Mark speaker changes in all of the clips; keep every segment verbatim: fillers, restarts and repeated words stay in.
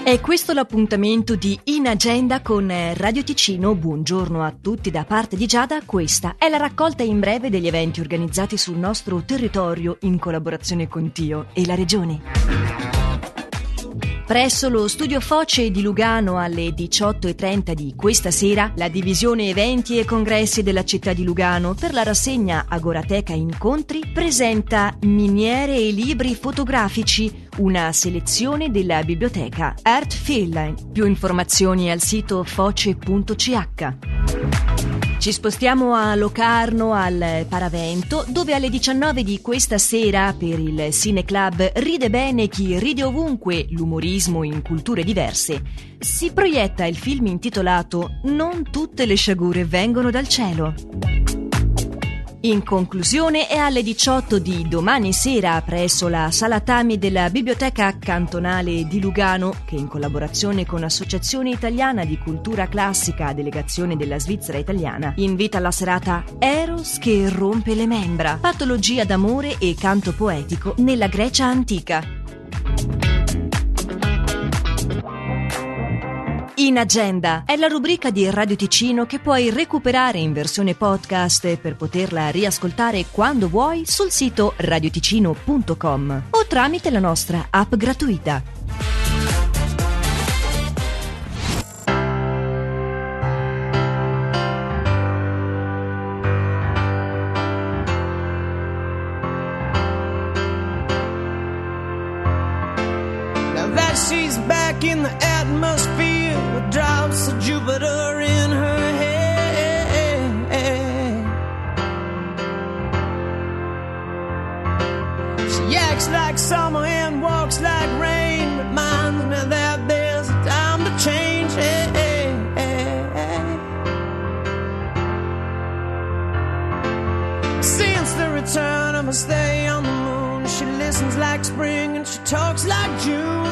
Speaker 1: È questo l'appuntamento di In Agenda con Radio Ticino. Buongiorno a tutti da parte di Giada. Questa è la raccolta in breve degli eventi organizzati sul nostro territorio in collaborazione con Tio e la Regione. Presso lo studio Foce di Lugano alle diciotto e trenta di questa sera, la divisione eventi e congressi della città di Lugano per la rassegna Agorateca Incontri presenta Miniere e libri fotografici, una selezione della biblioteca Art Fieldline. Più informazioni al sito foce punto c h. Ci spostiamo a Locarno al Paravento, dove alle diciannove di questa sera per il Cineclub Ride Bene chi ride ovunque, l'umorismo in culture diverse, si proietta il film intitolato Non tutte le sciagure vengono dal cielo. In conclusione, è alle diciotto di domani sera presso la Sala Tami della Biblioteca Cantonale di Lugano, che in collaborazione con Associazione Italiana di Cultura Classica, Delegazione della Svizzera Italiana, invita alla serata Eros che rompe le membra, patologia d'amore e canto poetico nella Grecia antica. In Agenda è la rubrica di Radio Ticino che puoi recuperare in versione podcast per poterla riascoltare quando vuoi sul sito radioticino punto com o tramite la nostra app gratuita.
Speaker 2: Now that she's back in the atmosphere, drops of Jupiter in her head. She acts like summer and walks like rain, reminds me that there's a time to change. Since the return of her stay on the moon, she listens like spring and she talks like June.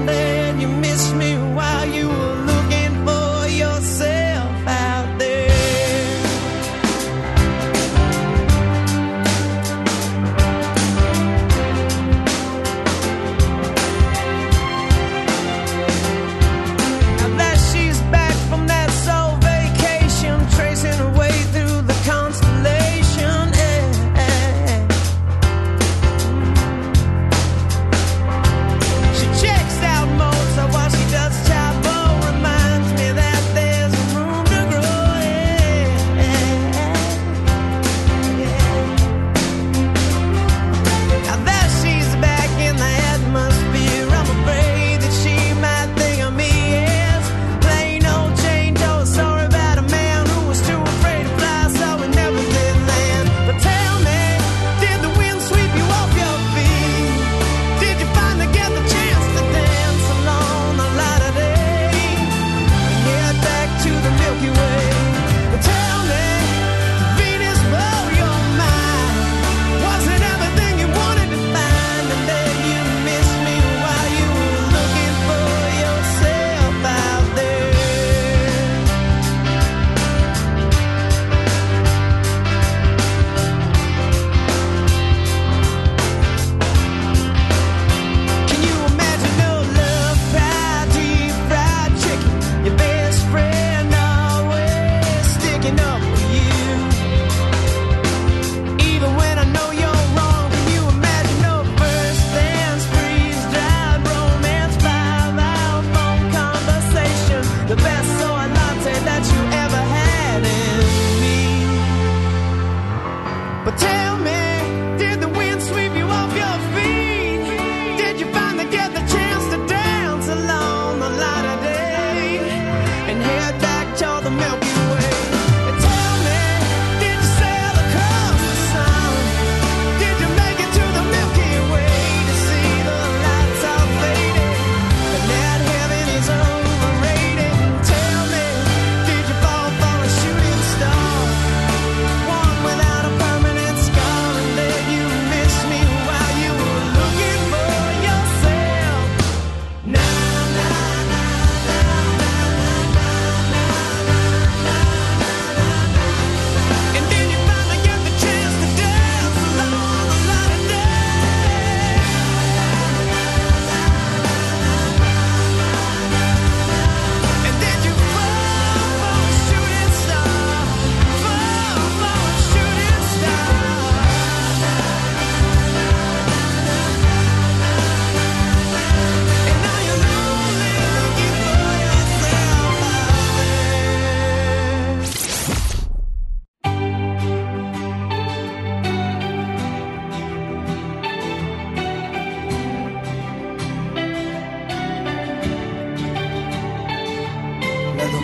Speaker 3: While you were looking for yourself out there.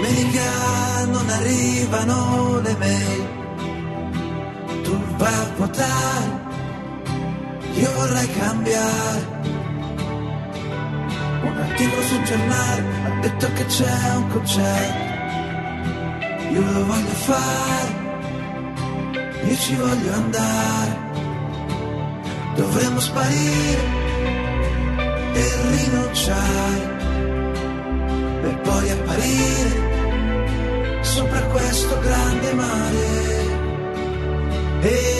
Speaker 3: Domenica non arrivano le mail, tu vai a votare, io vorrei cambiare. Un articolo sul giornale ha detto che c'è un concerto, io lo voglio fare, io ci voglio andare. Dovremmo sparire e rinunciare, per poi apparire sopra questo grande mare. E